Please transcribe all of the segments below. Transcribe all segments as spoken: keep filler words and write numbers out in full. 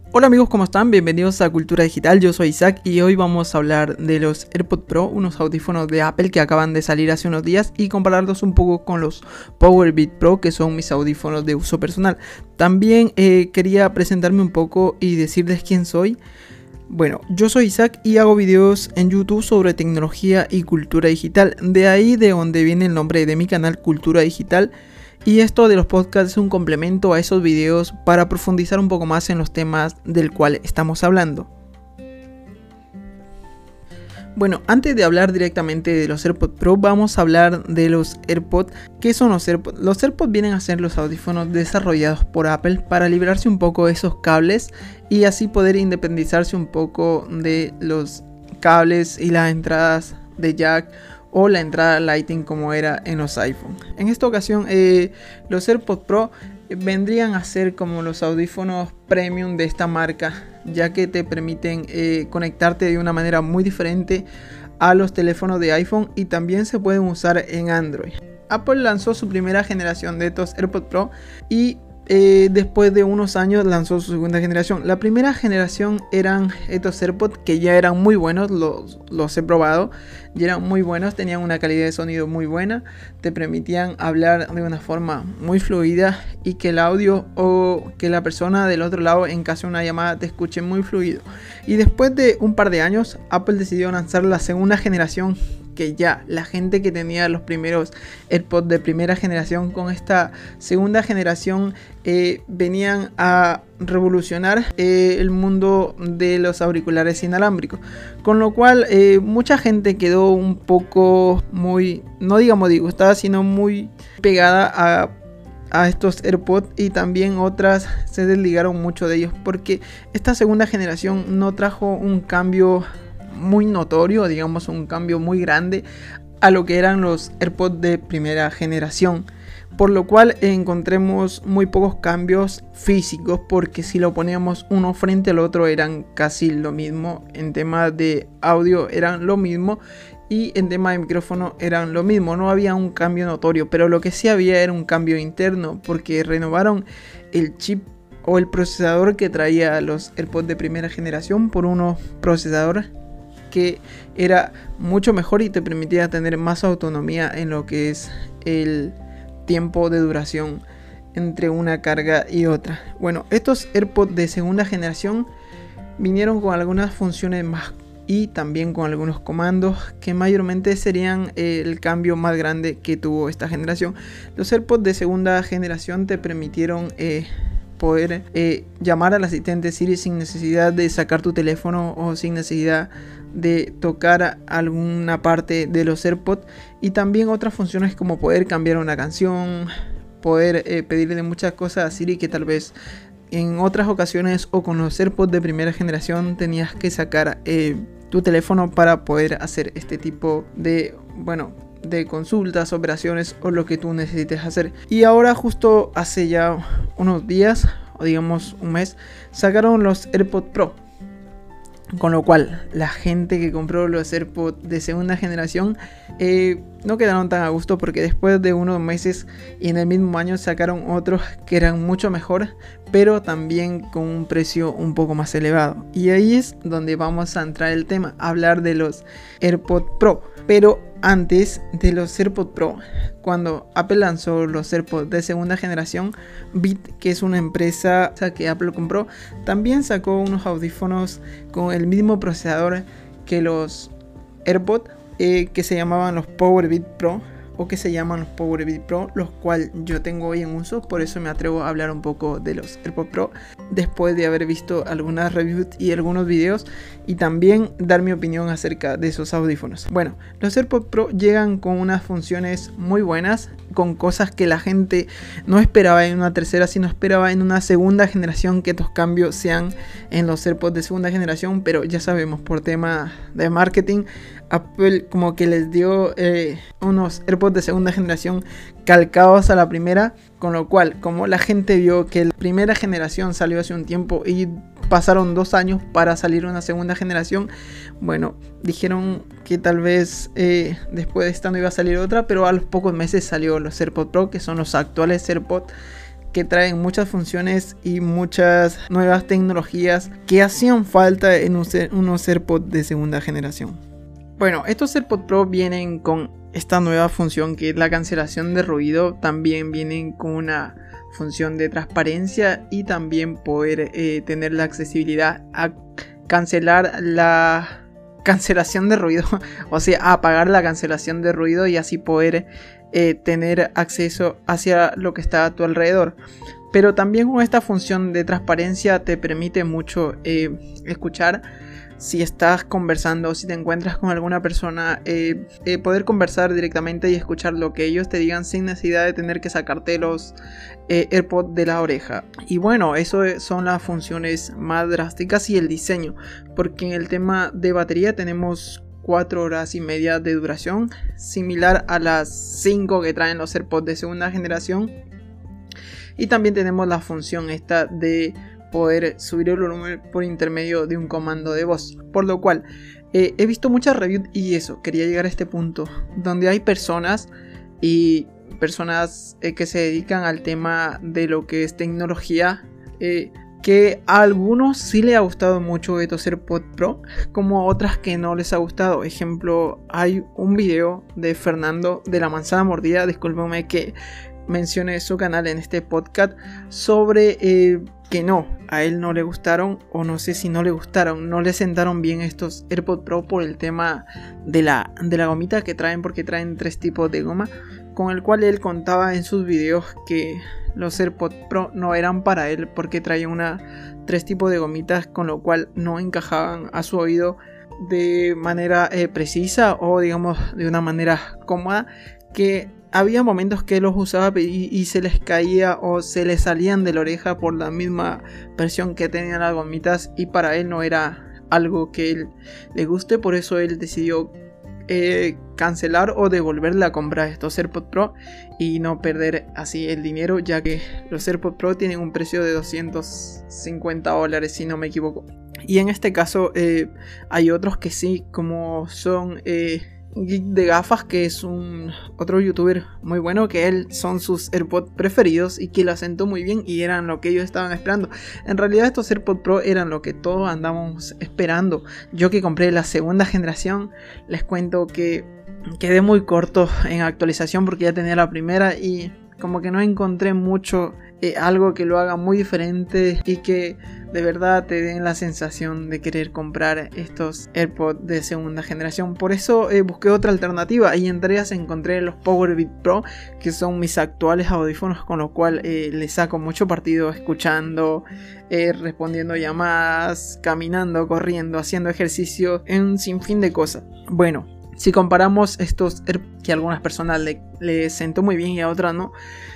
Hola amigos, ¿cómo están? Bienvenidos a Cultura Digital, yo soy Isaac y hoy vamos a hablar de los AirPods Pro, unos audífonos de Apple que acaban de salir hace unos días y compararlos un poco con los Powerbeat Pro, que son mis audífonos de uso personal. También eh, quería presentarme un poco y decirles quién soy. Bueno, yo soy Isaac y hago videos en YouTube sobre tecnología y cultura digital, de ahí de donde viene el nombre de mi canal, Cultura Digital. Y esto de los podcasts es un complemento a esos videos para profundizar un poco más en los temas del cual estamos hablando. Bueno, antes de hablar directamente de los AirPods Pro, vamos a hablar de los AirPods. ¿Qué son los AirPods? Los AirPods vienen a ser los audífonos desarrollados por Apple para librarse un poco de esos cables y así poder independizarse un poco de los cables y las entradas de jack o la entrada Lightning como era en los iPhone. En esta ocasión eh, los AirPods Pro vendrían a ser como los audífonos premium de esta marca, ya que te permiten eh, conectarte de una manera muy diferente a los teléfonos de iPhone y también se pueden usar en Android. Apple lanzó su primera generación de estos AirPods Pro y Eh, después de unos años lanzó su segunda generación. La primera generación eran estos AirPods que ya eran muy buenos, los, los he probado, ya eran muy buenos, tenían una calidad de sonido muy buena, te permitían hablar de una forma muy fluida y que el audio o que la persona del otro lado en caso de una llamada te escuche muy fluido. Y después de un par de años Apple decidió lanzar la segunda generación, que ya la gente que tenía los primeros AirPods de primera generación con esta segunda generación eh, venían a revolucionar eh, el mundo de los auriculares inalámbricos, con lo cual eh, mucha gente quedó un poco muy, no digamos disgustada, sino muy pegada a a estos AirPods, y también otras se desligaron mucho de ellos porque esta segunda generación no trajo un cambio muy notorio, digamos un cambio muy grande a lo que eran los AirPods de primera generación, por lo cual encontremos muy pocos cambios físicos, porque si lo poníamos uno frente al otro eran casi lo mismo, en temas de audio eran lo mismo y en tema de micrófono eran lo mismo, no había un cambio notorio, pero lo que sí había era un cambio interno, porque renovaron el chip o el procesador que traía los AirPods de primera generación por unos procesadores que era mucho mejor y te permitía tener más autonomía en lo que es el tiempo de duración entre una carga y otra. Bueno, estos AirPods de segunda generación vinieron con algunas funciones más y también con algunos comandos que mayormente serían eh, el cambio más grande que tuvo esta generación. Los AirPods de segunda generación te permitieron eh, poder eh, llamar al asistente Siri sin necesidad de sacar tu teléfono o sin necesidad de tocar alguna parte de los AirPods, y también otras funciones como poder cambiar una canción, poder eh, pedirle muchas cosas a Siri que tal vez en otras ocasiones o con los AirPods de primera generación tenías que sacar eh, tu teléfono para poder hacer este tipo de, bueno, de consultas, operaciones o lo que tú necesites hacer. Y ahora justo hace ya unos días o digamos un mes sacaron los AirPods Pro, con lo cual la gente que compró los AirPods de segunda generación eh, no quedaron tan a gusto, porque después de unos meses y en el mismo año sacaron otros que eran mucho mejor, pero también con un precio un poco más elevado. Y ahí es donde vamos a entrar el tema, hablar de los AirPods Pro. Pero antes de los AirPods Pro, cuando Apple lanzó los AirPods de segunda generación, Beat, que es una empresa que Apple compró, también sacó unos audífonos con el mismo procesador que los AirPods, eh, que se llamaban los Powerbeat Pro, o que se llaman los Powerbeat Pro, los cuales yo tengo hoy en uso. Por eso me atrevo a hablar un poco de los AirPods Pro después de haber visto algunas reviews y algunos videos, y también dar mi opinión acerca de esos audífonos. Bueno, los AirPods Pro llegan con unas funciones muy buenas, con cosas que la gente no esperaba en una tercera, sino esperaba en una segunda generación que estos cambios sean en los AirPods de segunda generación, pero ya sabemos, por tema de marketing, Apple como que les dio eh, unos AirPods de segunda generación calcados a la primera, con lo cual, como la gente vio que la primera generación salió hace un tiempo y pasaron dos años para salir una segunda generación, bueno, dijeron que tal vez eh, después de esta no iba a salir otra, pero a los pocos meses salió los AirPods Pro, que son los actuales AirPods que traen muchas funciones y muchas nuevas tecnologías que hacían falta en unos AirPods de segunda generación. Bueno, estos AirPods Pro vienen con esta nueva función que es la cancelación de ruido. También vienen con una función de transparencia y también poder eh, tener la accesibilidad a cancelar la cancelación de ruido, o sea, apagar la cancelación de ruido y así poder eh, tener acceso hacia lo que está a tu alrededor. Pero también con esta función de transparencia te permite mucho eh, escuchar. Si estás conversando, si te encuentras con alguna persona, eh, eh, poder conversar directamente y escuchar lo que ellos te digan sin necesidad de tener que sacarte los eh, AirPods de la oreja. Y bueno, eso son las funciones más drásticas y el diseño, porque en el tema de batería tenemos cuatro horas y media de duración, similar a las cinco que traen los AirPods de segunda generación. Y también tenemos la función esta de poder subir el volumen por intermedio de un comando de voz, por lo cual eh, he visto muchas reviews y eso, quería llegar a este punto donde hay personas y personas eh, que se dedican al tema de lo que es tecnología, eh, que a algunos sí les ha gustado mucho estos AirPods Pro, como a otras que no les ha gustado. Ejemplo, hay un video de Fernando de la Manzana Mordida, discúlpenme que mencione su canal en este podcast, sobre eh, que no, a él no le gustaron, o no sé si no le gustaron, no le sentaron bien estos AirPods Pro por el tema de la, de la gomita que traen, porque traen tres tipos de goma, con el cual él contaba en sus videos que los AirPods Pro no eran para él porque traían una, tres tipos de gomitas, con lo cual no encajaban a su oído de manera eh, precisa o digamos de una manera cómoda, que había momentos que los usaba y, y se les caía o se les salían de la oreja por la misma presión que tenían las gomitas, y para él no era algo que él le guste. Por eso él decidió eh, cancelar o devolverle a comprar estos AirPods Pro y no perder así el dinero, ya que los AirPods Pro tienen un precio de doscientos cincuenta dólares si no me equivoco. Y en este caso eh, hay otros que sí, como son eh, Geek de Gafas, que es un otro youtuber muy bueno, que él son sus AirPods preferidos y que lo asentó muy bien y eran lo que ellos estaban esperando. En realidad estos AirPods Pro eran lo que todos andábamos esperando. Yo que compré la segunda generación, les cuento que quedé muy corto en actualización porque ya tenía la primera y como que no encontré mucho eh, algo que lo haga muy diferente y que de verdad te den la sensación de querer comprar estos AirPods de segunda generación. Por eso eh, busqué otra alternativa y entre ellas encontré los Powerbeat Pro, que son mis actuales audífonos, con lo cual eh, les saco mucho partido escuchando, eh, respondiendo llamadas, caminando, corriendo, haciendo ejercicio, en un sinfín de cosas. Bueno, si comparamos estos AirPods que a algunas personas le, le sentó muy bien y a otras no,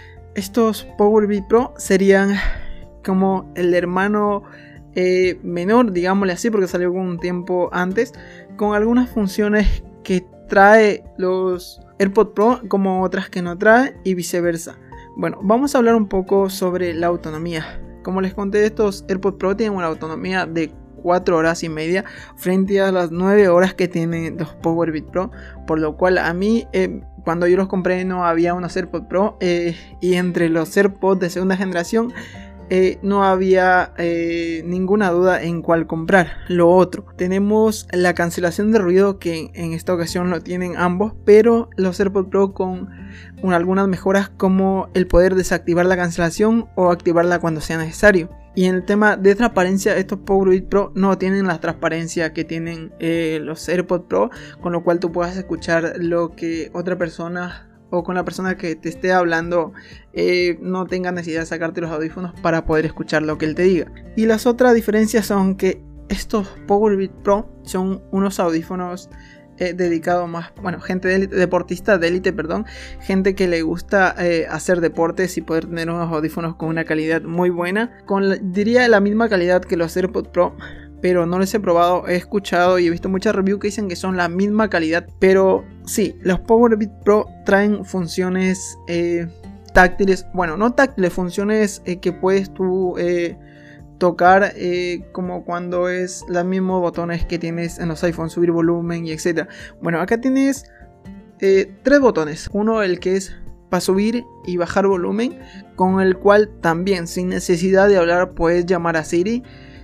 estos Powerbeat Pro serían como el hermano eh, menor, digámosle así, porque salió con un tiempo antes, con algunas funciones que trae los AirPods Pro como otras que no trae y viceversa. Bueno, vamos a hablar un poco sobre la autonomía. Como les conté, estos AirPods Pro tienen una autonomía de cuatro horas y media frente a las nueve horas que tienen los Powerbeat Pro, por lo cual a mí eh, cuando yo los compré no había unos AirPods Pro eh, y entre los AirPods de segunda generación Eh, no había eh, ninguna duda en cuál comprar. Lo otro, tenemos la cancelación de ruido, que en esta ocasión lo tienen ambos, pero los AirPods Pro con un, algunas mejoras como el poder desactivar la cancelación o activarla cuando sea necesario. Y en el tema de transparencia, estos Powerbeat Pro no tienen la transparencia que tienen eh, los AirPods Pro, con lo cual tú puedas escuchar lo que otra persona o con la persona que te esté hablando eh, no tenga necesidad de sacarte los audífonos para poder escuchar lo que él te diga. Y las otras diferencias son que estos Powerbeat Pro son unos audífonos eh, dedicados más, bueno, gente de élite, deportista de élite, perdón, gente que le gusta eh, hacer deportes y poder tener unos audífonos con una calidad muy buena, con la, diría la misma calidad que los AirPods Pro, pero no les he probado, he escuchado y he visto muchas reviews que dicen que son la misma calidad. Pero sí, los Powerbeat Pro traen funciones eh, táctiles, bueno, no táctiles, funciones eh, que puedes tú eh, tocar eh, como cuando es los mismos botones que tienes en los iPhones, subir volumen y etcétera. Bueno, acá tienes eh, tres botones, uno el que es para subir y bajar volumen, con el cual también sin necesidad de hablar puedes llamar a Siri.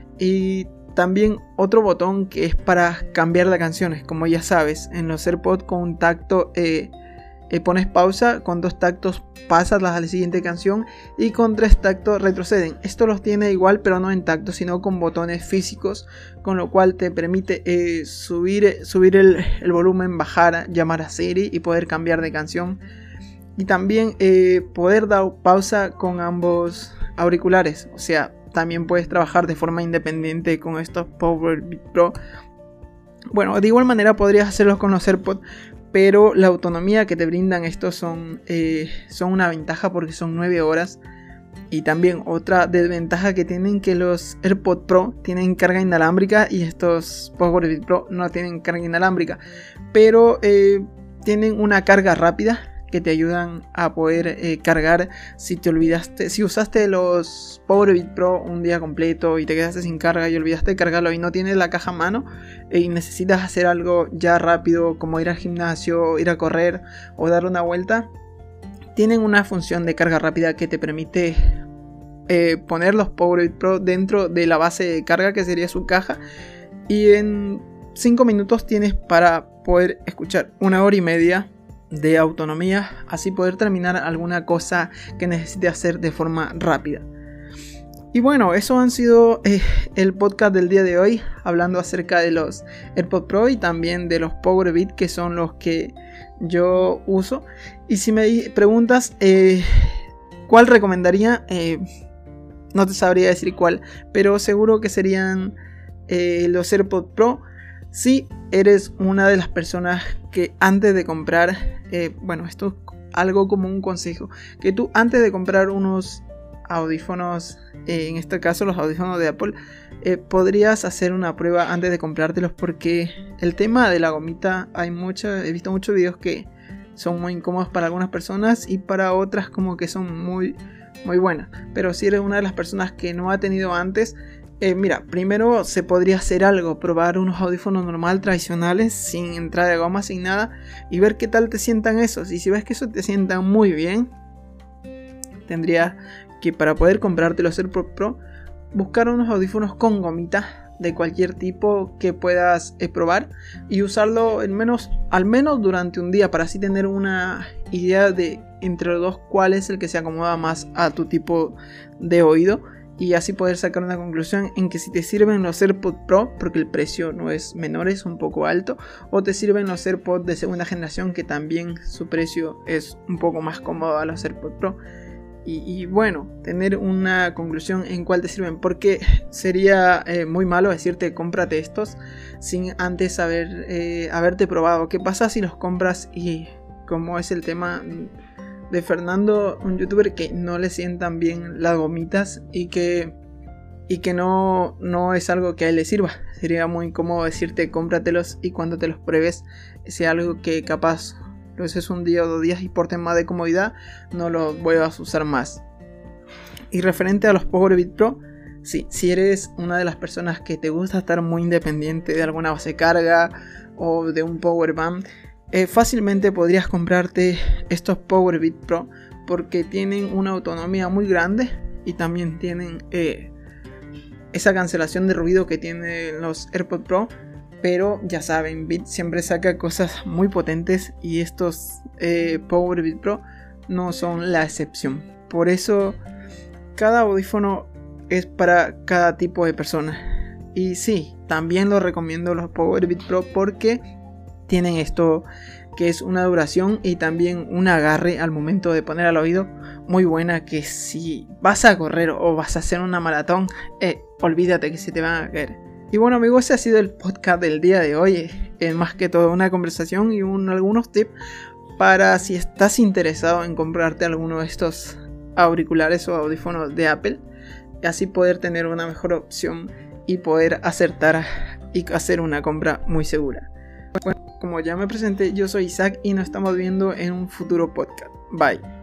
Y también otro botón que es para cambiar de canciones, como ya sabes, en los AirPods con un tacto eh, eh, pones pausa, con dos tactos pasas a la siguiente canción y con tres tactos retroceden. Esto los tiene igual, pero no en tacto, sino con botones físicos, con lo cual te permite eh, subir, subir el, el volumen, bajar, llamar a Siri y poder cambiar de canción. Y también eh, poder dar pausa con ambos auriculares, o sea, también puedes trabajar de forma independiente con estos Powerbeats Pro. Bueno, de igual manera podrías hacerlo con los AirPods, pero la autonomía que te brindan estos son, eh, son una ventaja porque son nueve horas. Y también otra desventaja que tienen, que los AirPods Pro tienen carga inalámbrica y estos Powerbeats Pro no tienen carga inalámbrica, pero eh, tienen una carga rápida que te ayudan a poder eh, cargar si te olvidaste, si usaste los Powerbeats Pro un día completo y te quedaste sin carga y olvidaste de cargarlo y no tienes la caja a mano eh, y necesitas hacer algo ya rápido como ir al gimnasio, ir a correr o dar una vuelta, tienen una función de carga rápida que te permite eh, poner los Powerbeats Pro dentro de la base de carga que sería su caja, y en cinco minutos tienes para poder escuchar una hora y media de autonomía, así poder terminar alguna cosa que necesite hacer de forma rápida. Y bueno, eso han sido eh, el podcast del día de hoy, hablando acerca de los AirPods Pro y también de los Powerbeats, que son los que yo uso. Y si me preguntas eh, cuál recomendaría, eh, no te sabría decir cuál, pero seguro que serían eh, los AirPods Pro. Si eres una de las personas que antes de comprar, eh, bueno, esto es algo como un consejo, que tú antes de comprar unos audífonos, eh, en este caso los audífonos de Apple, eh, podrías hacer una prueba antes de comprártelos, porque el tema de la gomita, hay mucho, he visto muchos videos que son muy incómodos para algunas personas y para otras como que son muy, muy buenas. Pero si eres una de las personas que no ha tenido antes, Eh, mira, primero se podría hacer algo, probar unos audífonos normal, tradicionales, sin entrada de goma, sin nada, y ver qué tal te sientan esos. Y si ves que eso te sientan muy bien, tendrías que, para poder comprarte los AirPods Pro, buscar unos audífonos con gomita de cualquier tipo que puedas eh, probar y usarlo al menos, al menos durante un día, para así tener una idea de entre los dos cuál es el que se acomoda más a tu tipo de oído. Y así poder sacar una conclusión en que si te sirven los AirPods Pro, porque el precio no es menor, es un poco alto, o te sirven los AirPods de segunda generación, que también su precio es un poco más cómodo a los AirPods Pro. Y, y bueno, tener una conclusión en cuál te sirven, porque sería eh, muy malo decirte cómprate estos sin antes haber, eh, haberte probado. ¿Qué pasa si los compras y, como es el tema de Fernando, un youtuber, que no le sientan bien las gomitas y que, y que no, no es algo que a él le sirva? Sería muy incómodo decirte cómpratelos y cuando te los pruebes sea algo que capaz lo uses un día o dos días y por tema de comodidad no lo vuelvas a usar más. Y referente a los Powerbeats Pro, sí, si eres una de las personas que te gusta estar muy independiente de alguna base de carga o de un power bank, Eh, fácilmente podrías comprarte estos Powerbeats Pro, porque tienen una autonomía muy grande y también tienen eh, esa cancelación de ruido que tienen los AirPods Pro. Pero ya saben, Beats siempre saca cosas muy potentes y estos eh, Powerbeats Pro no son la excepción. Por eso cada audífono es para cada tipo de persona. Y sí, también lo recomiendo los Powerbeats Pro porque tienen esto que es una duración y también un agarre al momento de poner al oído muy buena, que si vas a correr o vas a hacer una maratón, eh, olvídate que se te van a caer. Y bueno amigos, ese ha sido el podcast del día de hoy. Es más que todo una conversación y un, algunos tips para si estás interesado en comprarte alguno de estos auriculares o audífonos de Apple, y así poder tener una mejor opción y poder acertar y hacer una compra muy segura. Bueno, como ya me presenté, yo soy Isaac y nos estamos viendo en un futuro podcast. Bye.